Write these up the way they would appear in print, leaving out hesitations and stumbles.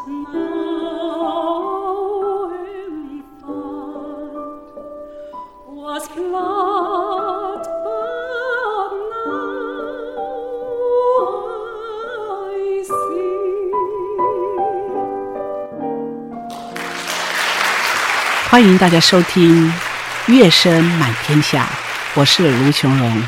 now empfand, was glatt, but now I see. 欢迎大家收听《乐声满天下》，我是卢琼荣。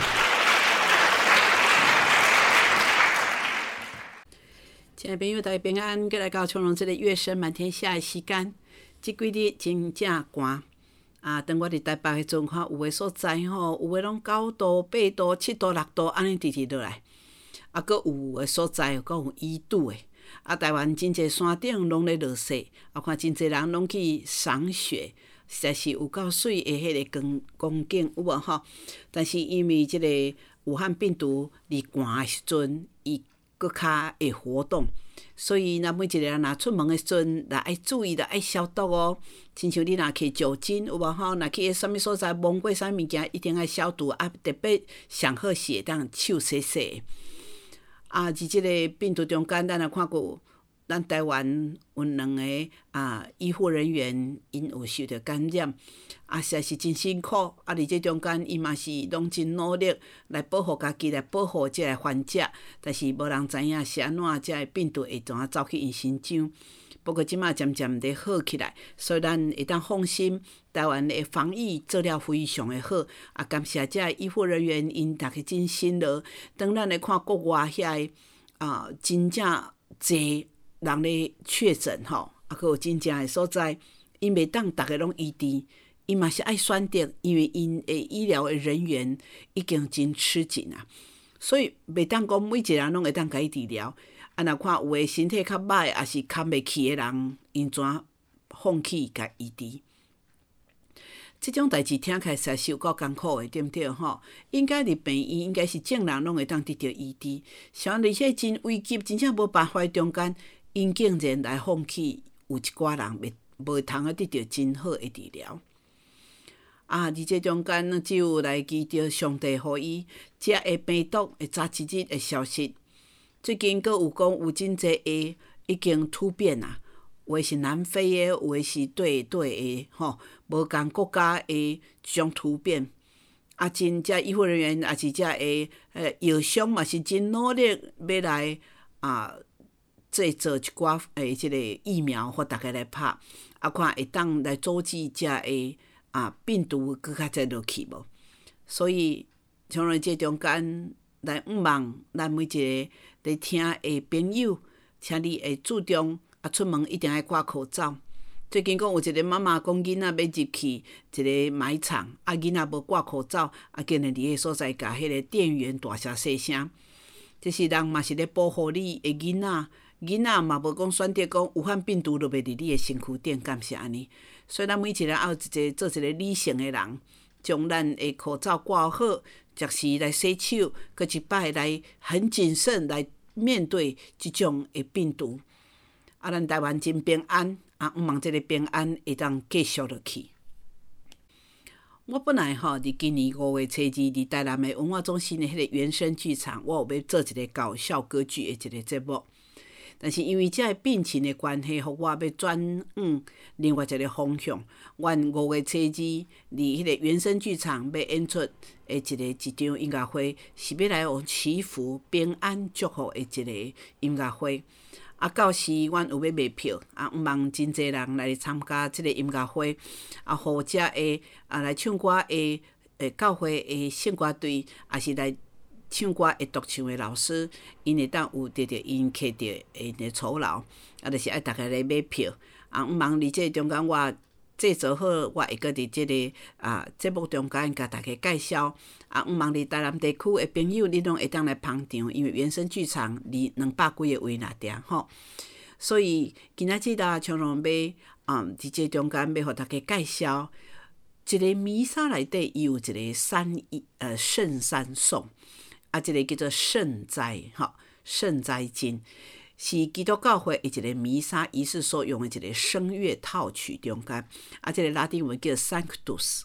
亲爱的朋友，大家平安，过来到琼荣这个《乐声满天下》的时间。这几日真正寒啊！当我伫台北的时阵，看有的所在吼，有的拢9度、8度、7度、6度，安尼直直落来。啊，搁有的所在搁有1度的。啊，台湾真侪山顶拢咧落雪，啊，看真侪人拢去赏雪，实在是有够水的迄个光景，有无吼？但是因为即个武汉病毒伫寒的时阵，伊搁较会活动，所以咱每一个人若出门的时阵，若爱注意，若爱消毒哦。亲像你若去酒精有无吼？若去啥物所在摸过啥物件，一定爱消毒啊！特别上好是会当手洗洗。啊，伫即个病毒中间，咱也看过，咱台湾有2个医护人员因有受到感染，啊，实在是真辛苦。啊，伫这中间，伊嘛是拢真努力来保护家己，来保护即个患者，但是无人知影是安怎，即个病毒会怎走去因身上。不过即马渐渐地好起来，所以咱会当放心。台湾的防疫做了非常的好，啊，感谢这医护人员，因大家真辛劳。当咱来看国外遐个真正侪人咧确诊吼，啊，佮有真正的所在，因袂当大家拢医治，因嘛是爱选择，因为因的医疗的人员已经真吃紧啊，所以袂当讲每一个人拢会当甲伊治疗。啊，若看有的身体较歹，也是扛袂起的人，因怎放弃甲医治？这种代志听起来实在是有够艰苦的，对毋对吼？应该伫病院，应该是正人拢会当得到医治。像而且真危急，真正无办法的中间，因竟然来放弃，有一寡人袂通得到真好的治疗。啊！伫这中间，只有来祈祷上帝，互伊这个病毒会早一日会消失。最近阁有讲有真侪个已经突变啊，有的是南非的，有的是对的吼，无共国家的这种突变。啊，真遮医护人员也是遮个药商嘛是真努力要来制作一寡即个疫苗，互大家来拍，啊看会当来阻止遮个病毒搁较再落去无。所以像咱这中间来毋望咱每一个在听的朋友，请你会注重出门一定要挂口罩。最近讲有一个妈妈讲囡仔要入去一个买场，囡仔无挂口罩，竟然伫迄所在甲迄个店员大声细声。这是人嘛是咧保护你的囡仔，囡仔嘛无讲选择讲武汉病毒就袂伫你的身躯顶，敢是安尼？所以咱每一个人要做一个理性的人，将咱的口罩挂好。食时来洗手，搁一摆来很谨慎来面对即种的病毒。啊，咱台湾真平安，毋望这个平安会当继续落去。我本来伫今年5月初2，伫台南的文化中心的迄个原生剧场，我有要做一个搞笑歌剧的一个节目。但是因为这个病情的关系，互我要转另外一个方向。阮5月初2，伫迄个原生剧场要演出的一场音乐会，是要来互祈福、平安、祝福的一个音乐会。啊，到时阮有要卖票，毋望真侪人来参加即个音乐会，互遮个来唱歌的教会的圣歌队，也是来唱歌会独唱的老师，因会当有得到因摕到的酬劳，就是爱大家来买票。毋望伫这中间我制作好，我会搁伫这个节目中间甲大家介绍。毋望伫台南地区的朋友，你拢会当来捧场，因为原生剧场离200几个位那点吼。所以今仔日像拢要伫这中间要互大家介绍一个弥撒内底，伊有一个圣山颂。这个叫做圣哉圣哉经，是基督教会的一个弥撒仪式所用的一个声乐套曲中间。这个拉丁文叫 Sanctus。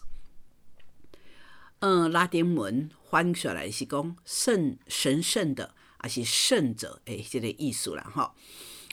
拉丁文翻出来是讲神圣的，还是圣者的这个意思啦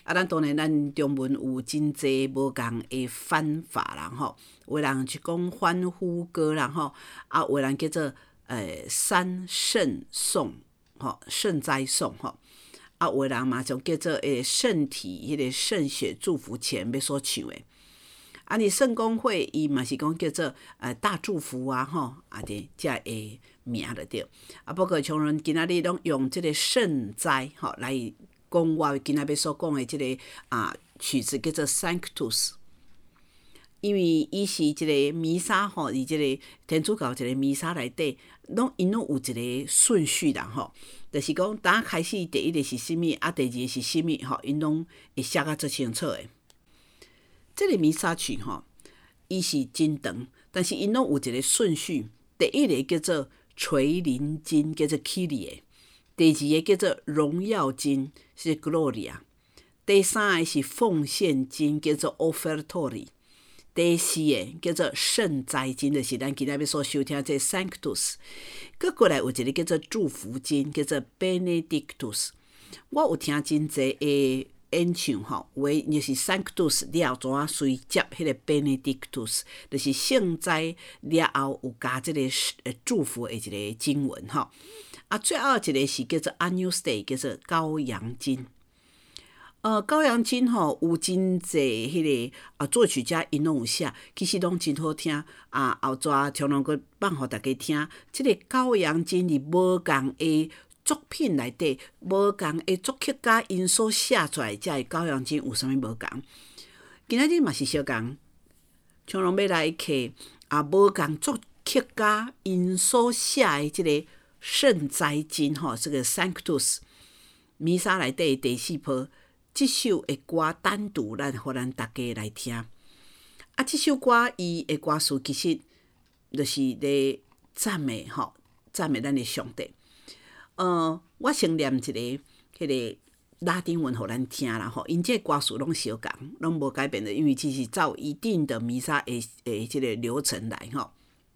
咱当然咱中文有真济无共的翻法啦吼，有的人是讲欢呼歌啦吼，有的人叫做三圣颂吼，圣哉颂吼，有的人嘛就叫做圣体迄个圣血祝福前要所唱的。你圣公会伊嘛是讲叫做大祝福啊吼，这个名就对。不过像咱今仔日拢用这个圣哉吼来讲我今仔日所讲的这个曲子叫做 Sanctus， 因为伊是一个弥撒吼，伊这个天主教一个弥撒内底，因拢有一个顺序啦吼，就是讲当开始第一个是啥物，第二个是啥物吼，因拢会写甲足清楚的。这个弥撒曲吼，伊是真长，但是因拢有一个顺序。第一个叫做垂临经，叫做 Kyrie； 第二个叫做荣耀经，是 Gloria； 第三个是奉献经，叫做 Offertory； 第四个叫做圣哉经，就是咱今仔日所收听这 Sanctus； 搁过来有一个叫做祝福经，叫做 Benedictus。我有听真济的演唱吼，有诶就是 Sanctus 了后怎随接迄个 Benedictus， 就是圣哉了后有加即个祝福的一个经文吼。最后一个是叫做 Agnus Dei， 叫做羔羊经。羔羊经吼有真济迄个作曲家因拢有写，其实拢真好听。后纸常常佫放互大家听。即个羔羊经里无共的作品内底，无共的作曲家因所写出来，这羔羊经有啥物无共？今仔日嘛是相共，像拢要来摕无共作曲家因所写的即个圣哉经吼，这个 Sanctus 弥撒内底第四波，即首的歌单独互咱大家来听。即首歌伊的歌词其实就是咧赞美吼，赞美咱的上帝。我先念一个迄个拉丁文互咱听啦吼，因这歌词拢相共，拢无改变的，因为只是照一定的弥撒的这个流程来吼。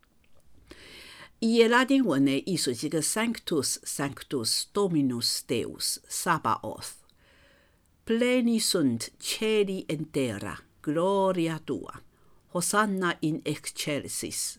伊的拉丁文的意思是个 Sanctus Sanctus Dominus Deus Sabaoth Pleni sunt Caeli et terra Gloria Tua Hosanna in excelsis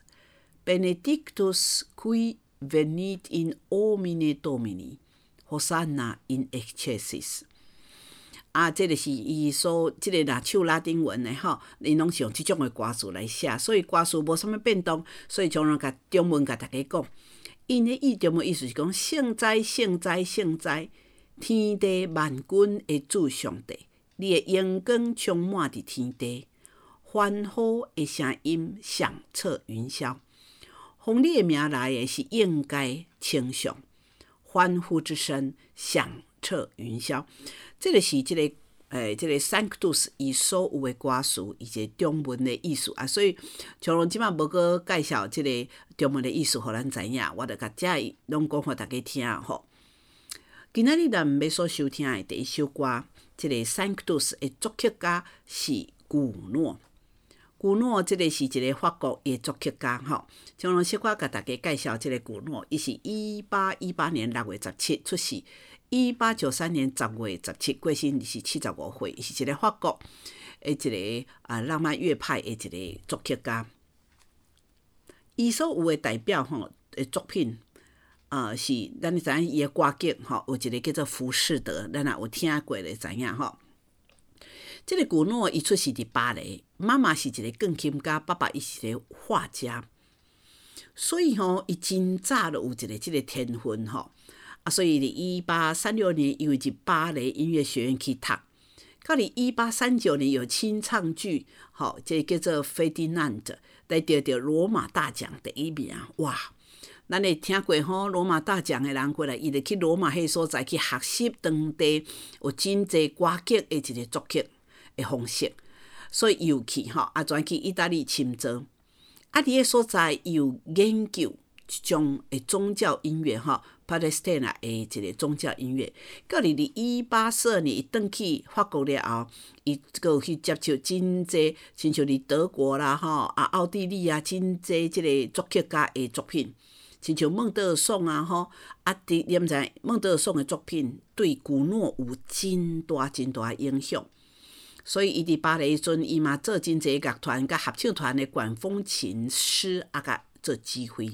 Benedictus qui venit in nomine Domini Hosanna in excelsis。这就是伊所即个唱拉丁文的吼，因拢是用即种的歌词来写，所以歌词无啥物变动，所以常常甲中文甲大家讲，因的中文意思是讲圣哉圣哉圣哉，天地万军的主上帝，你的荣光充满伫天地，欢呼的声音响彻云霄。奉你的名来的是应该称颂，欢呼之声响彻云霄。这个是这个Sanctus 伊所有的歌词，以及中文的意思所以像阮即马无搁介绍这个中文的意思，互咱知影，我著甲这拢讲互大家听吼。今仔日咱要所收听的第一首歌，这个 Sanctus 的作曲家是古诺。古诺这个是一个法国的作曲家吼，像阮小可甲大家介绍这个古诺，伊是1818年6月17出世。1893年10月17过身，是75岁，是一个法国的一个浪漫乐派的一个作曲家。伊所有的代表的作品是咱知影伊的歌剧有一个叫做《浮士德》，咱也有听过的知影吼。这个古诺伊出世伫巴黎，妈妈是一个钢琴家，爸爸伊是一个画家，所以伊真早就有一个这个天分吼。所以伫1836年，因为入巴黎音乐学院去读，到伫1839年有清唱剧，这叫做《Ferdinand》，来得到罗马大奖第一名。哇！咱会听过罗马大奖的人过来，伊就去罗马迄所在去学习当地有真侪歌剧的一个作曲的方式，所以又去转去意大利深造。伫迄所在又研究一种的宗教音乐Palestina 的一个宗教音乐，到伫1842年，伊转去法国了后，伊有去接触真济，亲像伫德国啦、奥地利啊，真济即个作曲家的作品， 亲像孟德尔颂啊吼，你毋知孟德尔颂的作品对古诺有真大真大影响，所以伊伫巴黎阵，伊嘛做真侪乐团甲合唱团的管风琴师甲做指挥。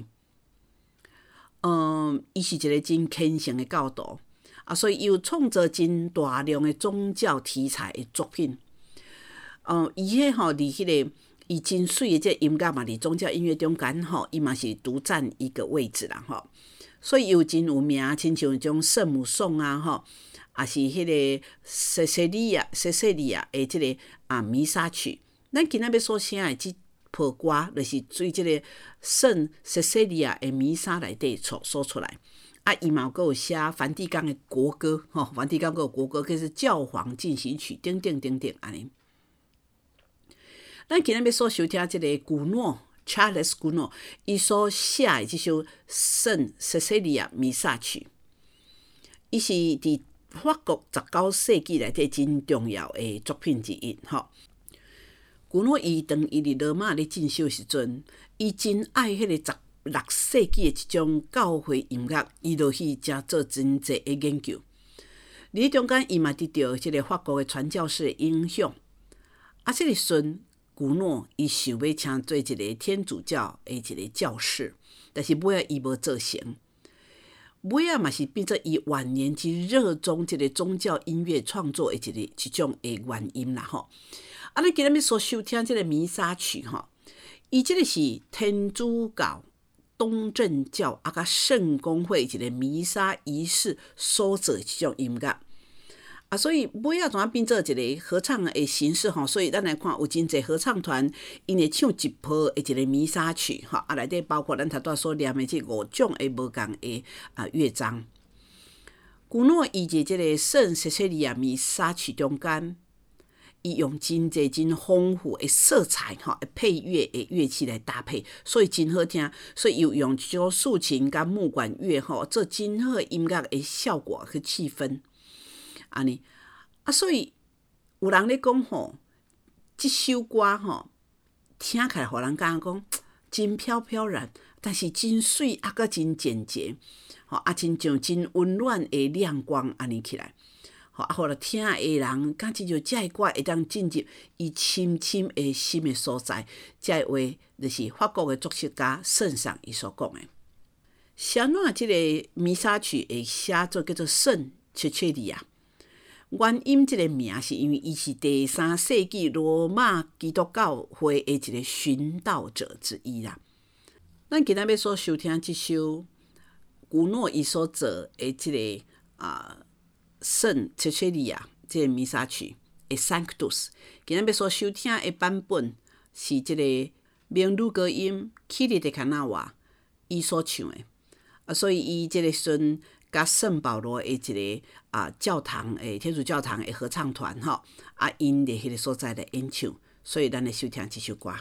伊是一个真虔诚的教徒所以伊有创造真大量的宗教题材的作品。伊迄吼伫迄个伊真水的这音乐嘛，伫宗教音乐中间吼，伊嘛是独占一个位置啦吼。所以伊有真有名，亲像种圣母颂啊吼，也是迄个塞西利亚的这个弥撒曲。咱今仔要所写的这谱歌，就是对这个圣塞西利亚的弥撒内底所出来。伊嘛还有写梵蒂冈的国歌吼，梵蒂冈还有国歌，就是教皇进行曲等等等等安尼。咱今仔要所收听这个古诺 Charles 古诺，伊所写的这首圣塞西利亚弥撒曲，伊是伫法国19世纪内底真重要的作品之一吼。古诺伊当伊伫罗马咧进修时阵，伊真爱迄个16世纪的一种教会音乐，伊就去遮做真济的研究。伫中间，伊嘛得到即个法国的传教士的影响。即个时阵，古诺伊想要请做一个天主教的一个教士，但是尾伊无做成。尾嘛是变做伊晚年之热衷即个宗教音乐创作的一种的原因啦吼。咱今仔日所收听即个弥撒曲吼，伊即个是天主教、东正教甲圣公会一个弥撒仪式所做的这种音乐。所以尾怎啊变做一个合唱的形式吼？所以咱来看有真侪合唱团，因会唱一谱的一个弥撒曲吼，内底包括咱头拄所念的这5种的无共的乐章。古诺伊在这个圣塞西利亚弥撒曲中间，伊用真侪真丰富的色彩吼，配乐的乐器来搭配，所以真好听。所以又用这种竖琴甲木管乐吼，做真好的音乐的效果和气氛。安尼所以有人咧讲吼，这首歌吼听起来，互人感觉讲真飘飘然，但是真水甲真简洁，亲像真温暖的亮光安尼起来，互人听的人感觉就这歌会当进入伊深深的心的所在。这话就是法国的作曲家圣上伊所讲的。啥怎这个弥撒曲会写作叫做圣切切利亚？原因这个名是因为伊是第3世纪罗马基督教会的一个殉道者之一啦。咱今仔要所收听这首古诺伊所做的这个圣切切利亚这个弥撒曲的 Sanctus， 今仔要所收听的版本是这个名女高音基里德卡纳瓦伊所唱的所以伊这个阵甲圣保罗的一个教堂的天主教堂的合唱团吼因伫迄个所在来演唱，所以咱来收听这首歌。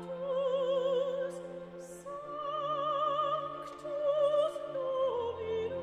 Sanctus, Sanctus, Sanctus,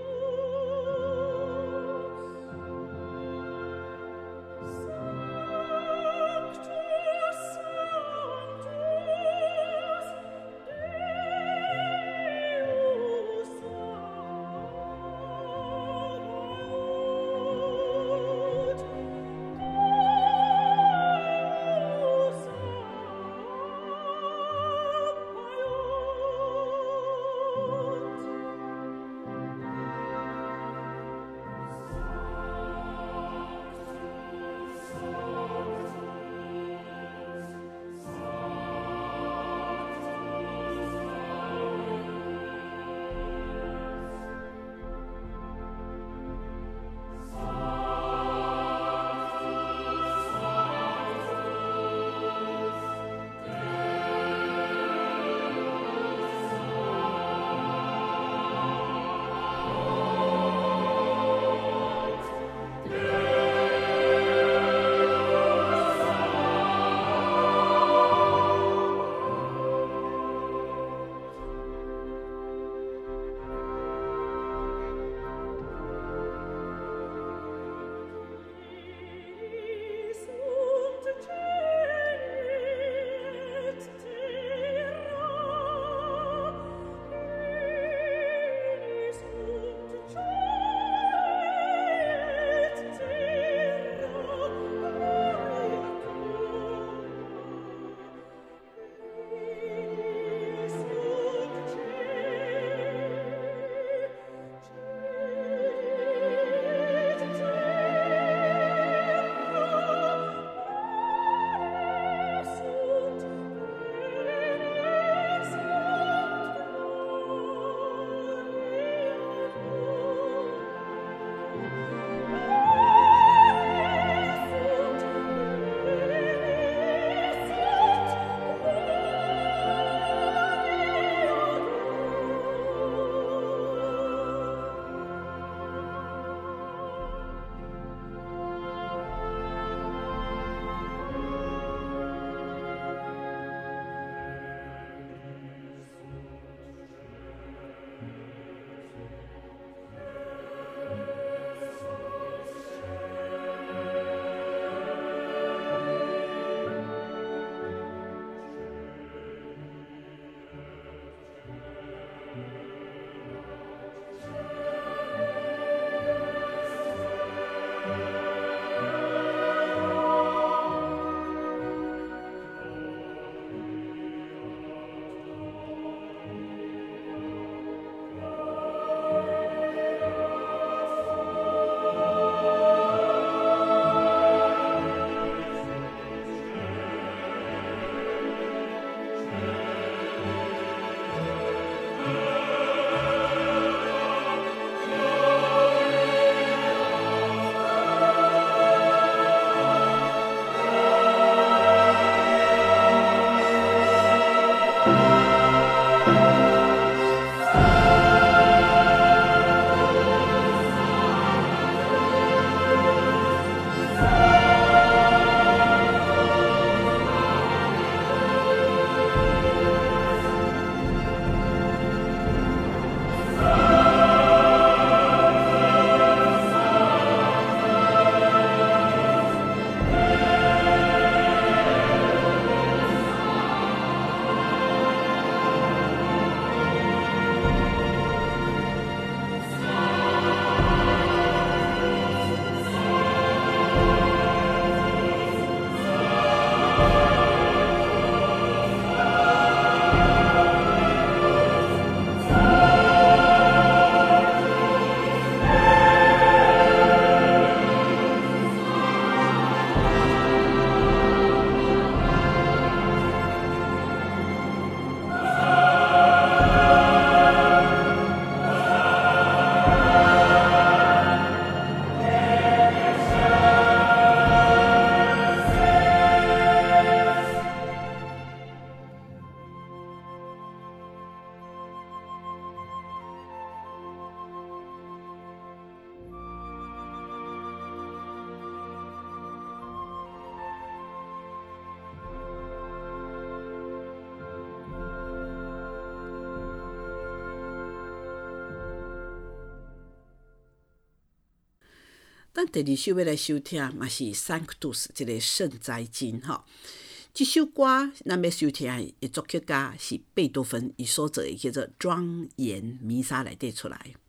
咱第二首要来收听嘛是 Sanctus 这个圣哉经吼。这首歌咱要收听的作曲家是贝多芬，伊所做的叫做《庄严弥撒》内底出来。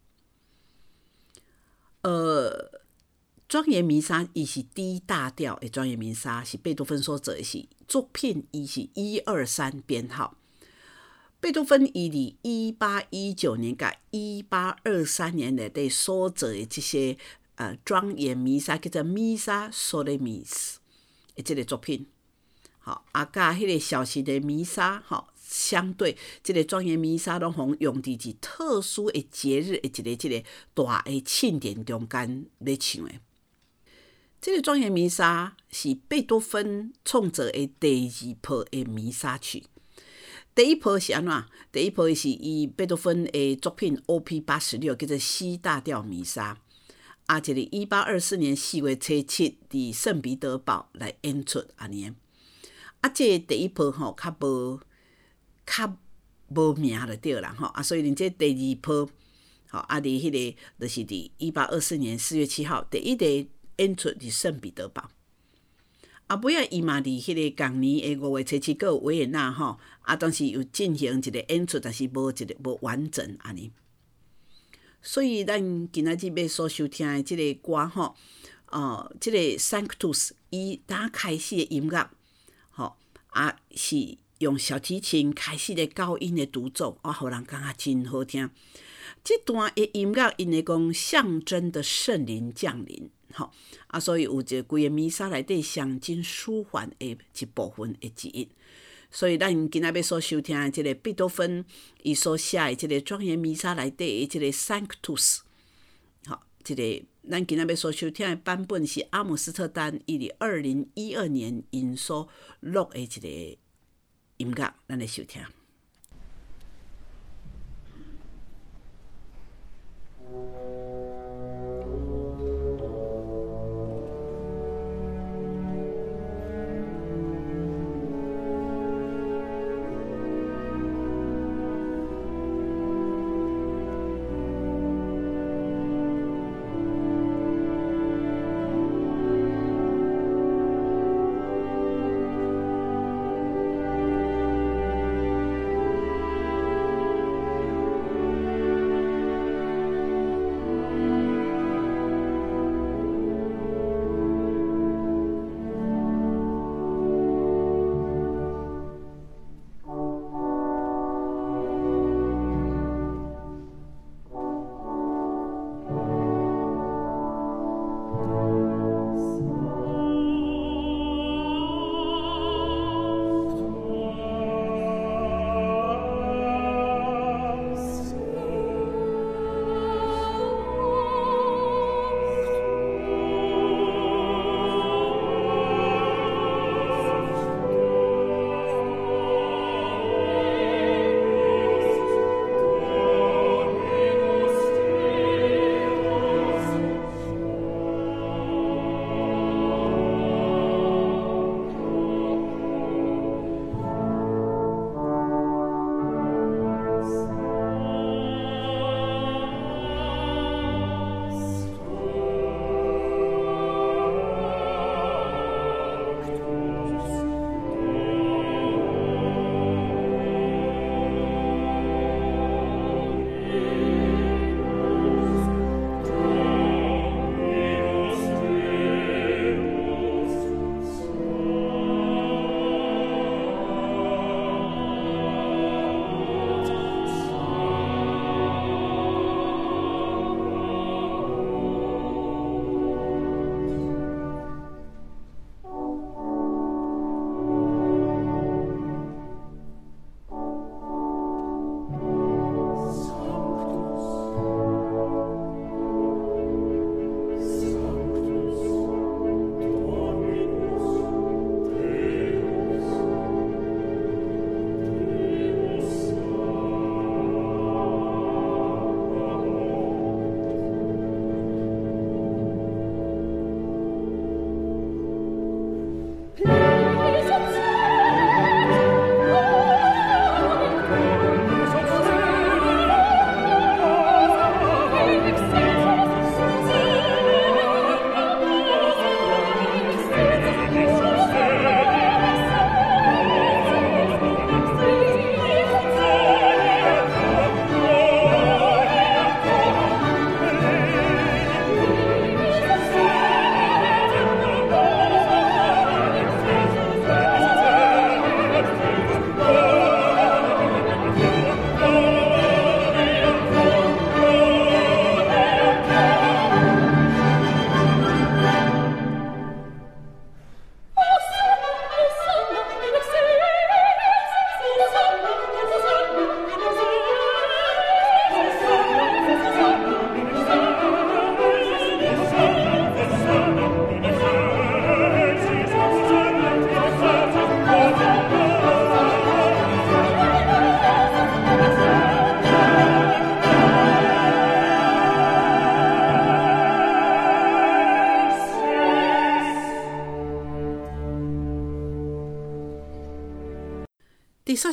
庄严弥撒伊是 D 大调的庄严弥撒，是贝多芬所做的，是作品伊是123编号。贝多芬伊伫1819年甲1823年内底所做的这些庄严弥撒叫做弥撒 Solemnis 的这个作品，好甲迄个小型的弥撒相对，这个庄严弥撒拢互用伫一特殊的节日的一个大的庆典中间咧唱的。这个庄严弥撒是贝多芬创作的第2部的弥撒曲。第一部是安怎？第一部是以贝多芬的作品 OP86 叫做 C 大调弥撒，这个1824年4月初7伫圣彼得堡来演出安尼。这第一部较无名就对啦所以这第二部伫迄个就是伫1824年4月7号第一个演出伫圣彼得堡。尾仔伊嘛伫迄个同年的5月初7，还有维也纳当时有进行一个演出，但是无完整安尼。所以咱今仔日要所收听的即个歌即个 Sanctus 伊呾开始的音乐是用小提琴开始的高音的独奏，互人感觉真好听。这段的音乐因会讲象征的圣灵降临，所以有一个规个弥撒内底上真舒缓的一部分的之一。所以咱今仔要所收听的这个贝多芬伊所写的这个庄严弥撒内底的这个 Sanctus， 这个咱今仔要所收听的版本是阿姆斯特丹伊伫2012年因所录的一个音乐，咱来收听。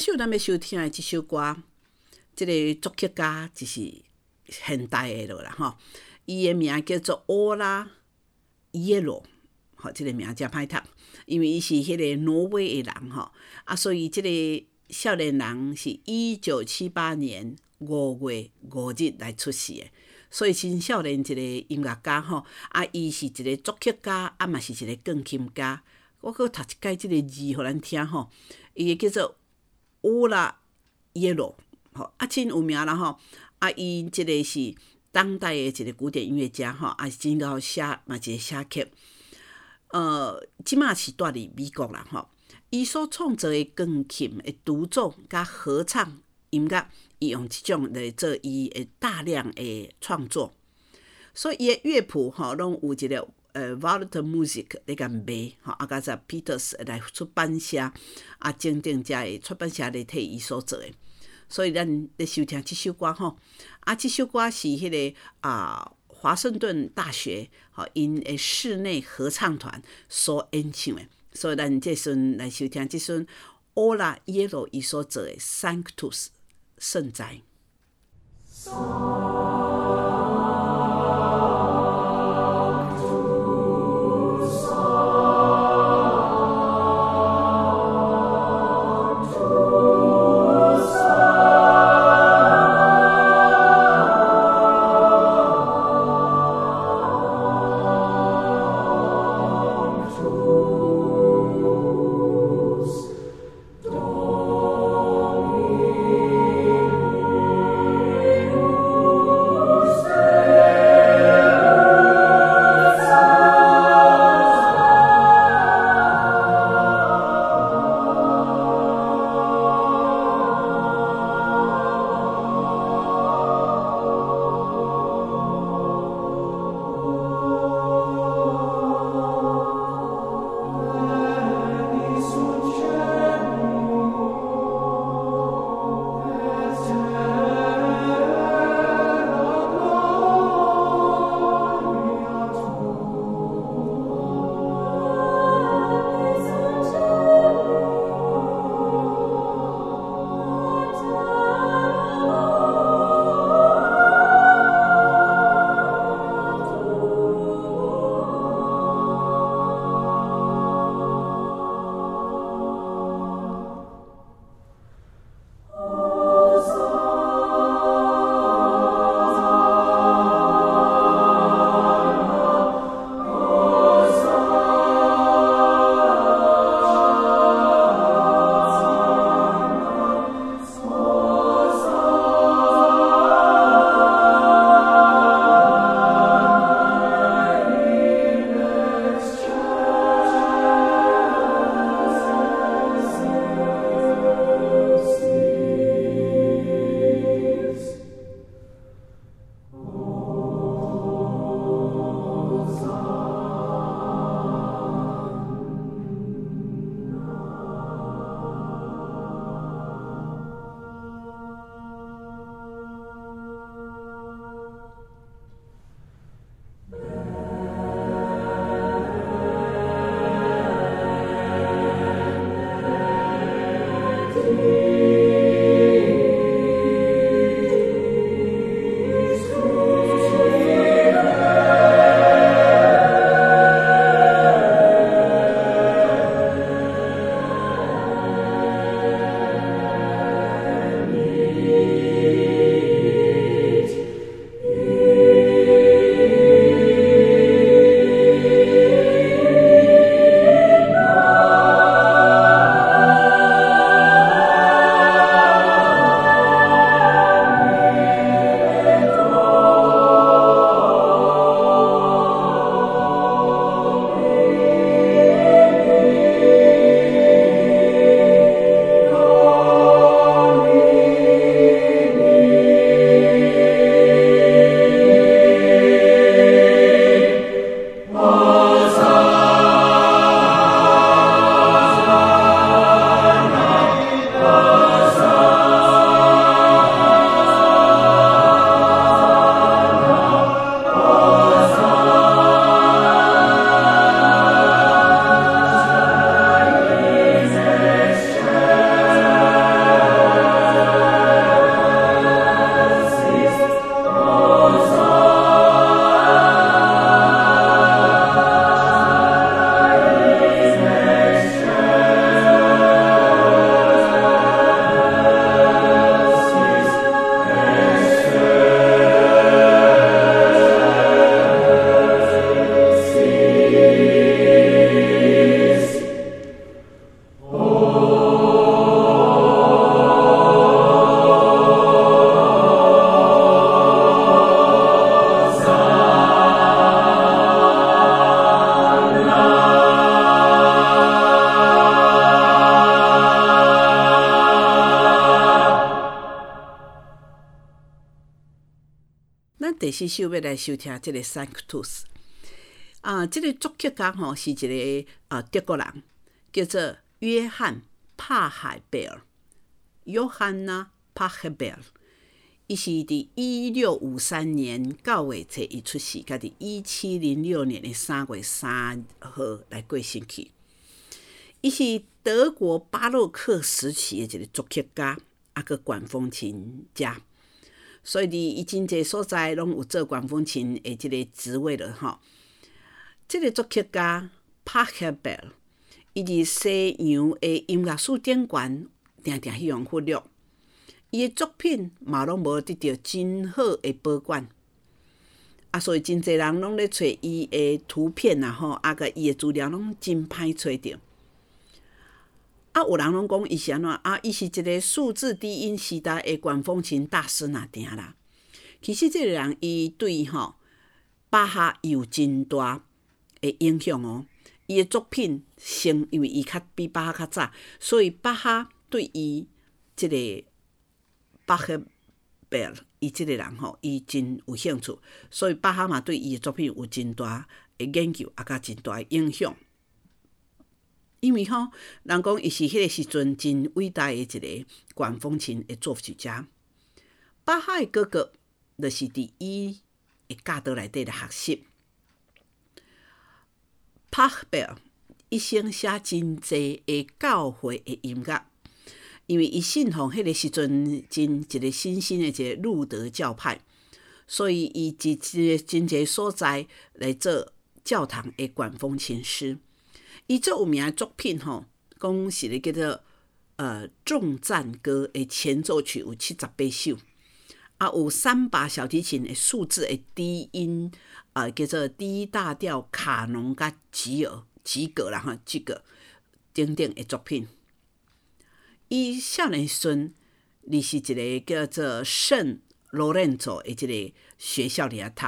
首咱要收听的即首歌，即个作曲家就是现代的了啦吼。伊的名叫做欧拉耶罗，吼，即个名真歹读，因为伊是迄个挪威的人吼，所以即个少年人是1978年5月5日来出世的，所以真少年一个音乐家吼，伊是一个作曲家，嘛是一个钢琴家。我搁读一解即个字，互咱听吼，伊叫做欧拉耶罗，吼，真有名啦吼。伊即个是当代的一个古典音乐家吼，是真够写嘛一个写曲。即马是住伫美国啦吼。伊所创造的钢琴的独奏甲合唱音乐，伊用即种来做伊的大量的创作，所以伊的乐谱吼，拢有一个Vault Music 咧甲卖吼，甲在 Peters 来出版社，正正遮的出版社来替伊所做的。所以咱咧收听即首歌吼，即首歌是迄个华盛顿大学因的室内合唱团所演唱的。所以咱这阵来收听这阵欧拉耶罗伊所做的 Sanctus 圣哉。 Domine 第4首要来收听这个 Sanctus。这个作曲家是一个德国人，叫做约翰帕海贝尔 （Johanna Pachelbel）。伊是伫1653年9月初伊出世，甲伫1706年的3月3号来过身去。伊是德国巴洛克时期的一个作曲家，个管风琴家。所以伫伊真侪所在拢有做管风琴的即个职位了吼。这个作曲家 Pachelbel， 伊伫西洋的音乐史顶悬常常希望忽略。伊的作品嘛拢无得到真好的保管，所以真侪人拢咧找伊的图片甲伊的资料拢真歹找着。有人拢讲伊是安怎伊是一个数字低音时代的管风琴大师那定啦。其实这个人伊对巴哈有真大的影响哦。伊的作品因为伊比巴哈较早，所以巴哈对伊这个巴赫贝尔伊这个人伊真有兴趣，所以巴哈嘛对伊的作品有真大的研究，甲真大的影响。因为人讲伊是迄个时阵真伟大的一个管风琴的作曲家。巴哈的哥哥就是伫伊的教导内底来学习。帕赫贝尔一生写真侪的教会的音乐。因为伊信奉迄个时阵真一个新兴的一个路德教派，所以伊真侪所在来做教堂的管风琴师。伊最有名的作品讲是咧叫做众赞歌的前奏曲有78首，有3把小提琴的数字的低音叫做 D 大调卡农甲吉格啦这个等等的作品。伊少年时阵，你是一个叫做圣罗伦佐的一个学校里读，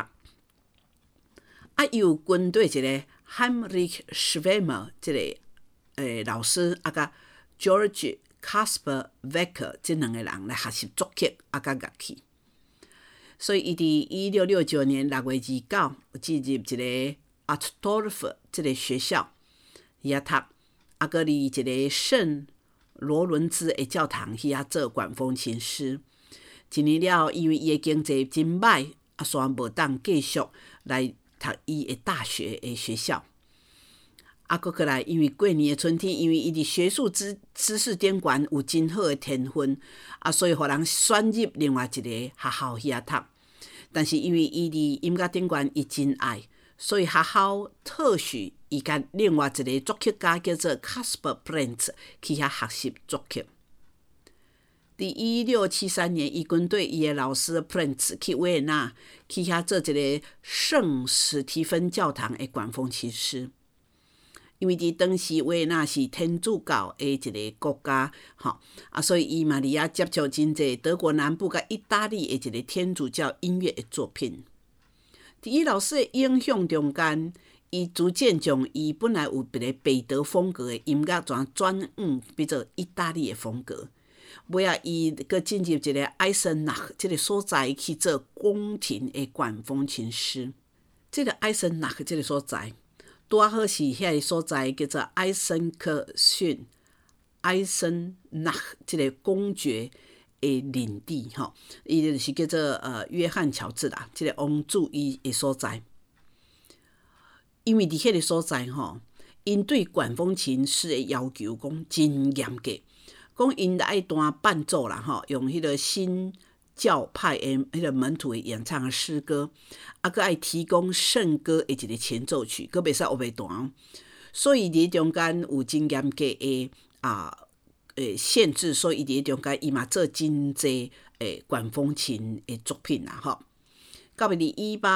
有军队一个 Heinrich Schwemmer 这个老师，甲 George Caspar Wecker 这2个人来学习作曲甲乐器。所以伊伫1669年6月29有进入一个 Altdorf 这个学校遐读，搁伫一个圣罗伦兹的教堂遐做管风琴师。一年了，因为伊的经济真歹，煞无当继续来读伊的大学的学校。搁过来，因为过年的春天，因为伊伫学术知识顶悬有真好的天分，所以互人选入另外一个学校遐读。但是因为伊伫音乐顶悬伊真爱，所以学校特许伊甲另外一个作曲家叫做 Caspar Prenz 去遐学习作曲。伫1673年，伊跟对伊的老师 Prenz 去维也纳，去遐做一个圣史提芬教堂的管风琴师。因为伫当时维也纳是天主教的一个国家，所以伊嘛伫遐接触真侪德国南部甲意大利的一个天主教音乐的作品。伫伊老师的影响中间，伊逐渐将伊本来有一个北德风格的音乐转变做意大利的风格。尾仔伊佫进入一个艾森纳这个所在去做宫廷的管风琴师。这个艾森纳这个所在，拄好是遐个所在叫做艾森克逊艾森纳这个公爵的领地伊就是叫做约翰乔治啦，这个王子伊的所在。因为伫迄个所在因对管风琴师的要求讲真严格，讲因爱弹伴奏啦用迄个新教派的迄个门徒的演唱的诗歌，佫爱提供圣歌的一个前奏曲，佫袂使学袂弹。所以伫中间有真严格的限制，所以伫中间伊嘛做真侪管风琴的作品啦到伫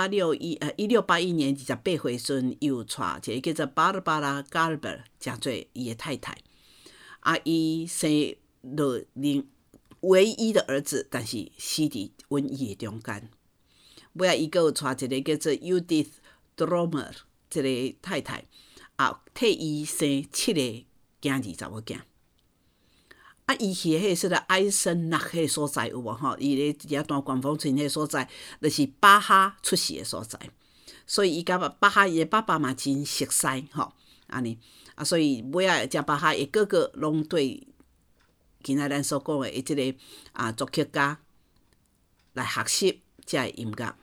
1681年28岁时，伊有娶一个叫做 Barbara Garber， 诚做伊的太太。伊生了唯一的儿子，但是死伫瘟疫的中间。尾仔伊佫有娶一个叫做 Judith Dromer 这个太太，替伊生7个囝儿查某囝。 伊去迄说的埃森纳迄个所在有无吼？伊咧一段管风琴迄个所在，就是巴哈出世的所在。所以伊甲巴哈伊的爸爸嘛真熟悉吼，安尼所以尾仔遮巴哈的哥哥拢对今仔咱所讲的即个作曲家来学习遮的音乐。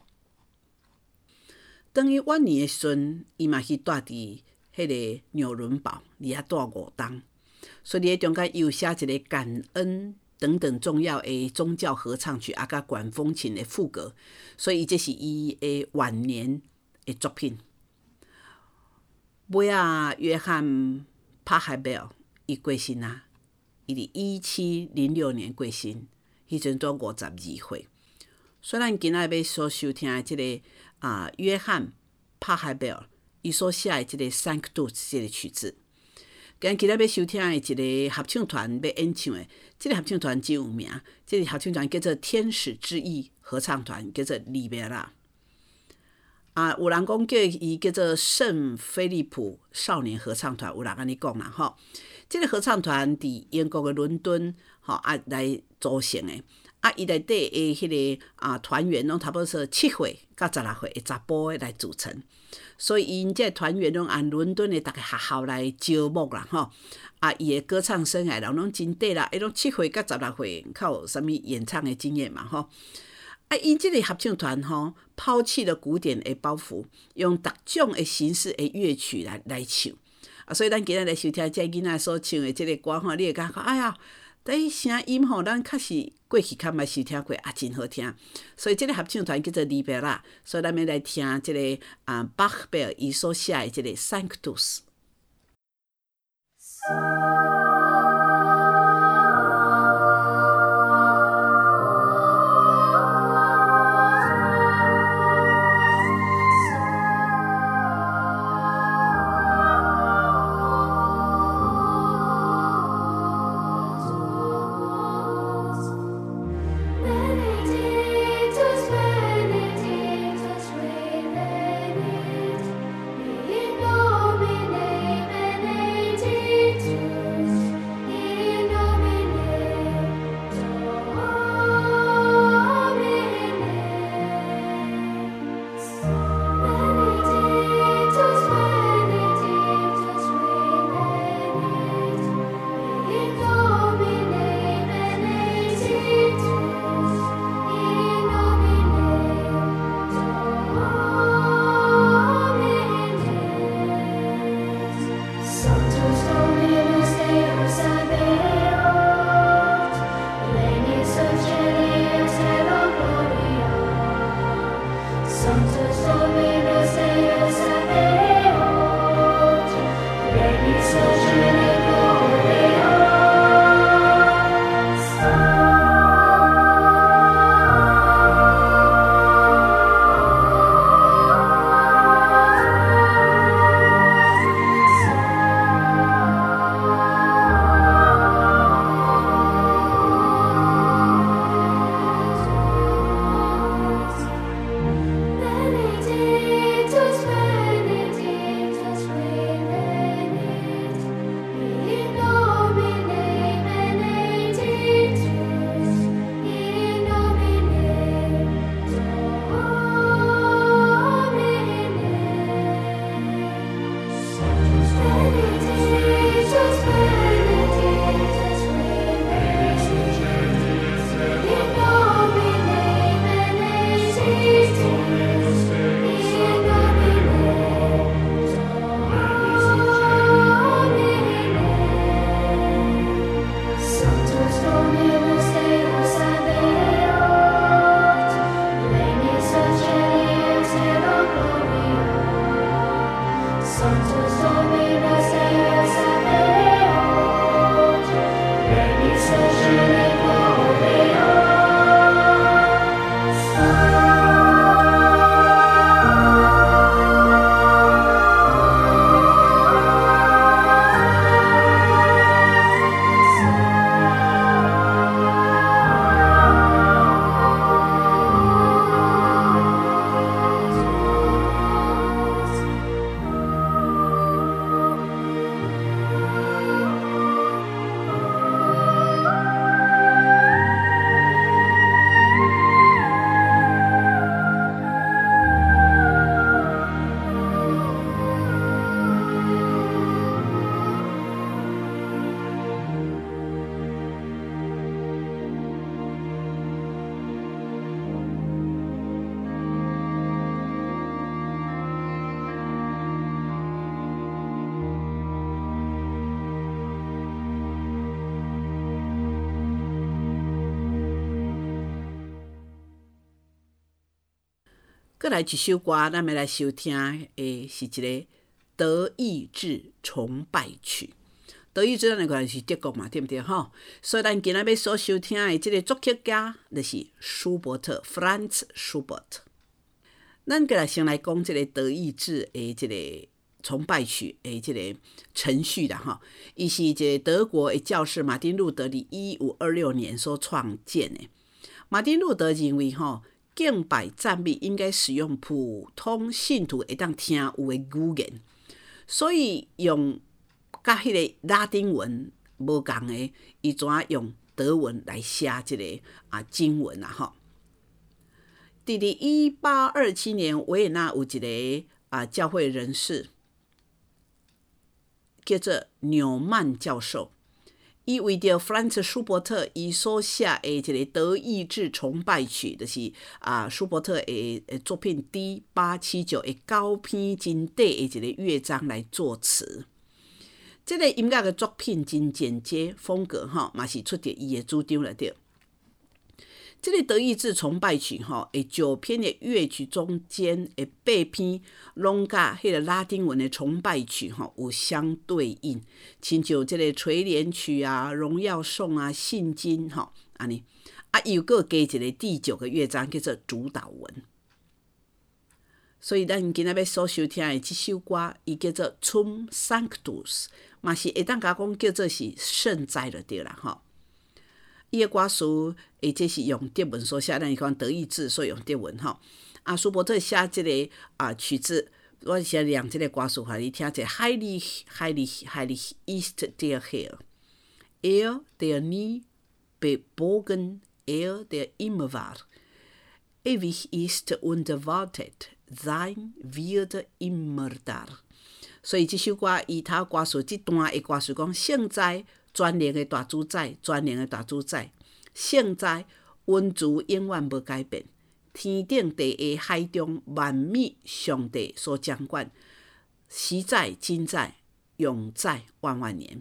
等于晚年的时阵，伊嘛去住伫迄个纽伦堡，伫遐住5冬。所以伫中间又写一个感恩等等重要的宗教合唱曲，甲管风琴的赋格，所以这是伊的晚年的作品。尾仔约翰帕海贝尔伊过身啊，伊伫1706年过身，迄阵都52岁。所以咱今仔要所收听的这个约翰帕海贝尔伊所写的这个《Sanctus》这个曲子。今仔要收听的一个合唱团要演唱的，这个合唱团真有名，这个合唱团叫做天使之翼合唱团，叫做利贝拉。有人讲叫伊叫做圣菲利普少年合唱团，有人安尼讲啦吼。这个合唱团伫英国的伦敦来组成的。伊内底的迄个团员拢差不多是7岁到16岁的查甫的来组成，所以因这团员拢按伦敦的逐个学校来招募啦吼。伊的歌唱生涯拢真短啦，伊拢7岁到16岁，较有啥物演唱的经验嘛吼。因这个合唱团吼，抛弃了古典的包袱，用各种的形式的乐曲来唱。所以咱今仔来收听这囡仔所唱的这个歌吼，你会感觉哎呀。但声音吼，咱确实过去较捌收听过，真好听。所以这个合唱团叫做利贝拉，所以咱要来听这个巴赫贝尔伊所写的这个《Sanctus》。 In nomine Benedictus 过来一首歌，咱要来收听的是一个德意志崇拜曲。德意志咱来看是德国嘛，对不对吼？所以咱今仔要所收听的这个作曲家就是舒伯特 Franz Schubert。咱过来先来讲这个德意志的这个崇拜曲的这个程序啦吼。伊是一个德国的教士马丁路德伫1526年所创建的。马丁路德认为吼，敬拜赞美应该使用普通信徒会当听有的语言，所以用甲迄个拉丁文无共的，伊怎用德文来写这个经文啦吼。伫1827年，维也纳有一个教会人士叫做纽曼教授，伊为着弗兰茨·舒伯特伊所写的一个德意志崇拜曲，就是舒伯特的作品 D879 的9篇真短的一个乐章来作词。这个音乐的作品真简洁，风格嘛是出自伊的主张了对。这个德意志崇拜曲的9篇的乐曲中间的8篇，拢甲迄个拉丁文的崇拜曲有相对应，亲像这个垂怜曲荣耀颂信经安尼又搁加一个第9个乐章叫做主导文。所以咱今仔要所收听的这首歌，伊叫做 Zum Sanctus， 嘛是会当讲叫做是圣哉就对啦吼。伊的歌词这是用德文所写，咱是讲德意志所以用德文吼。舒伯特写这个曲子，我先念这个歌词互你听者 Heilig, heilig, heilig ist der Herr. Der nie bebogen, der immer war. Ewig ist und wartet, sein wird immer da. 所以这首歌伊头歌词这段的歌词讲圣哉，全能的大主宰，全能的大主宰，圣哉，恩慈永远无改变，天顶地下海中万物上帝所掌管，实在今在永在万万年。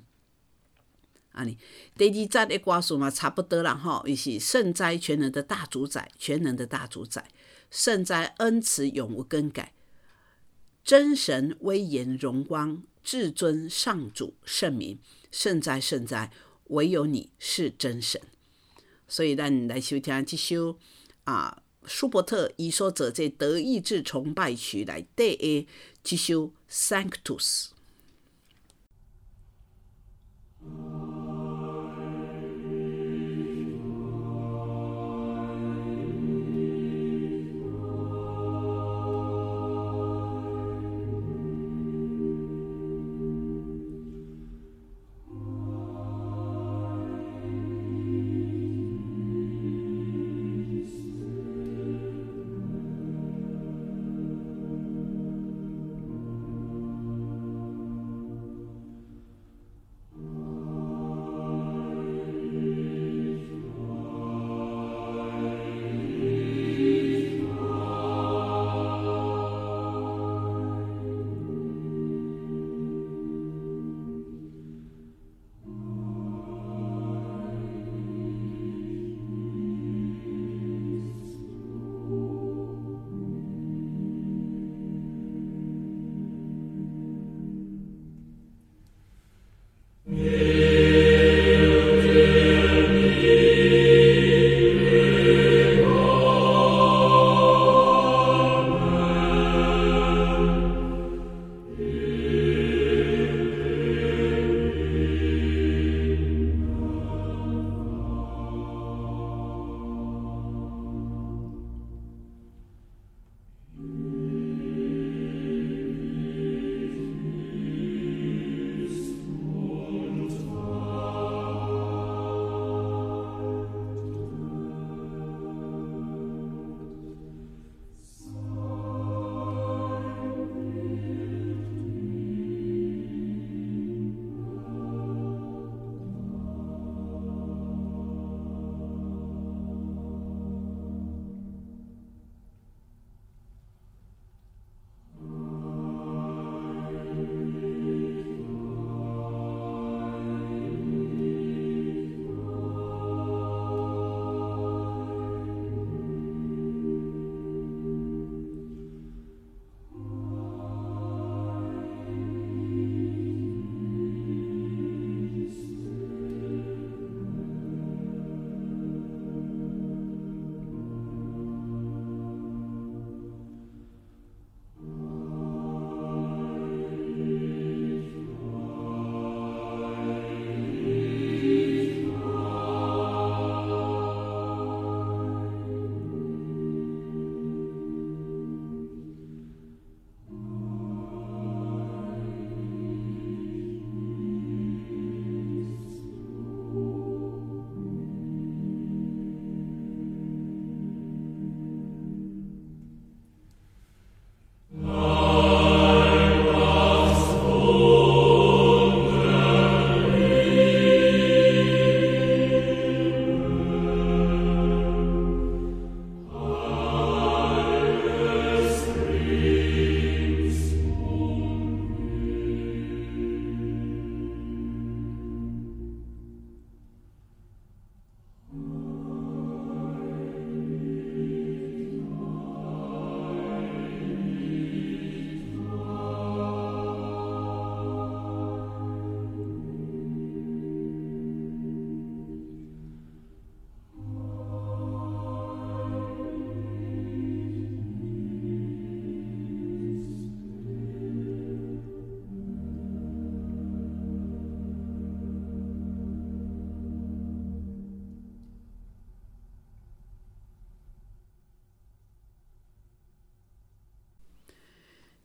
第2节的歌词嘛差不多啦吼，伊是圣哉全能的大主宰，全能的大主宰，圣哉恩慈永无更改，真神威严荣光，至尊上主圣名，圣哉圣哉，唯有你是真神。所以咱来收听这首舒伯特伊所做这德意志崇拜曲内底的这首 Sanctus。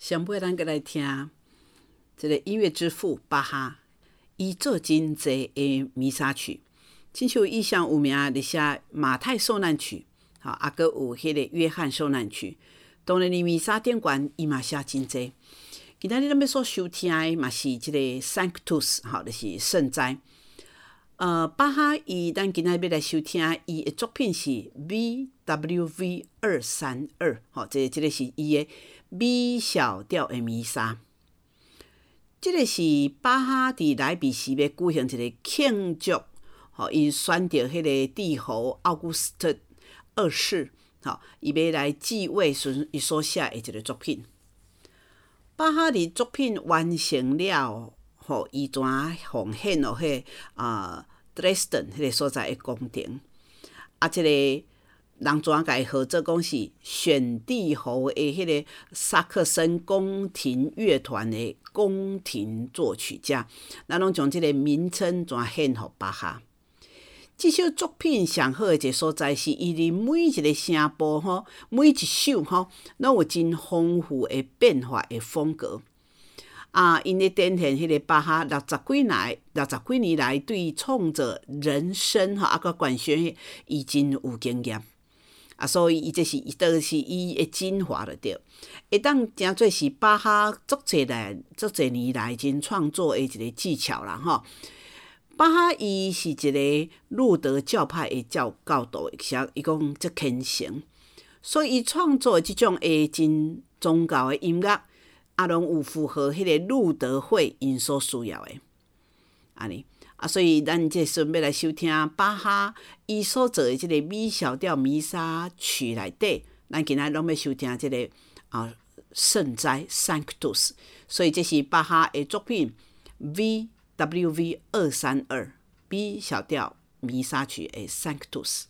上尾咱来听这个音乐之父巴哈，伊做真济的弥撒曲，亲像以上有名的写马太受难曲，啊，还有迄个约翰受难曲。当然，弥撒顶悬伊嘛写真济。今仔日咱要所收听的嘛是即个 Sanctus， 就是圣哉。巴哈伊咱今仔日要来收听伊的作品是 BWV 232，即个是伊的 B 小调的弥撒。即个是巴哈伫莱比锡要举行一个庆祝，伊选着迄个帝侯奥古斯特二世，伊要来继位时伊所写的一个作品。巴哈伫作品完成了，伊怎奉献了Dresden 迄个所在的宫廷，即个人怎甲伊号做讲是选帝侯的迄个萨克森宫廷乐团的宫廷作曲家，咱拢将即个名称怎献予巴哈。这首作品上好的一个所在是，伊伫每一个声部每一首拢有真丰富的变化的风格。因咧展现迄个巴哈60几年来对创作人声佮管弦伊真有经验。所以伊这是倒是伊的精华了对，会当诚做是巴哈足侪年来真创作的一个技巧啦吼。巴哈伊是一个路德教派的教导，伊讲即虔诚，所以伊创作的即种的真宗教的音乐，拢有符合迄个路德会因所需要的，安尼。所以咱这顺要来收听巴哈伊所做的即个米小调弥撒曲内底，咱今仔拢要收听即个圣哉 Sanctus， 所以这是巴哈的作品 VWV 232 B 小调弥撒曲的 Sanctus。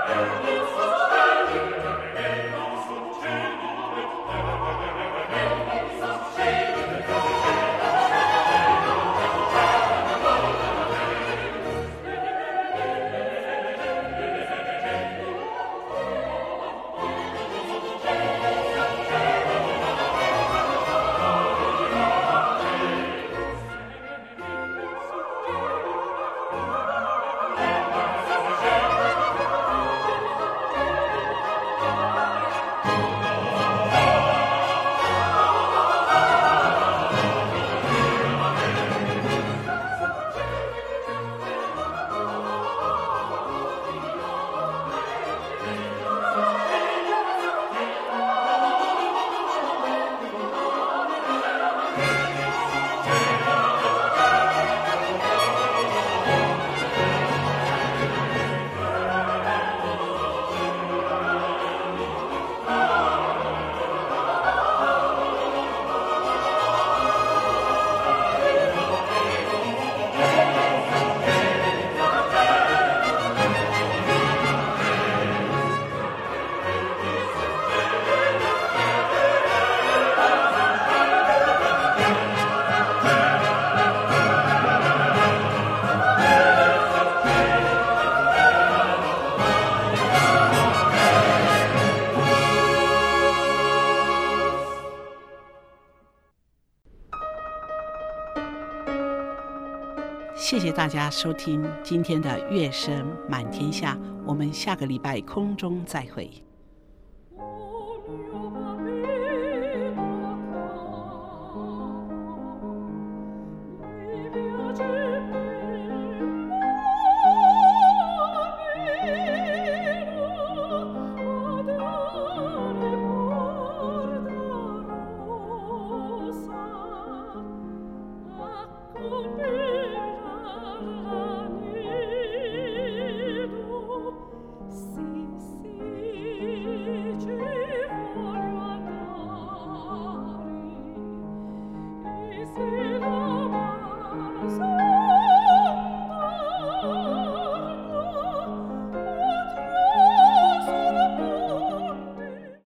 谢谢大家收听今天的乐声满天下，我们下个礼拜空中再会。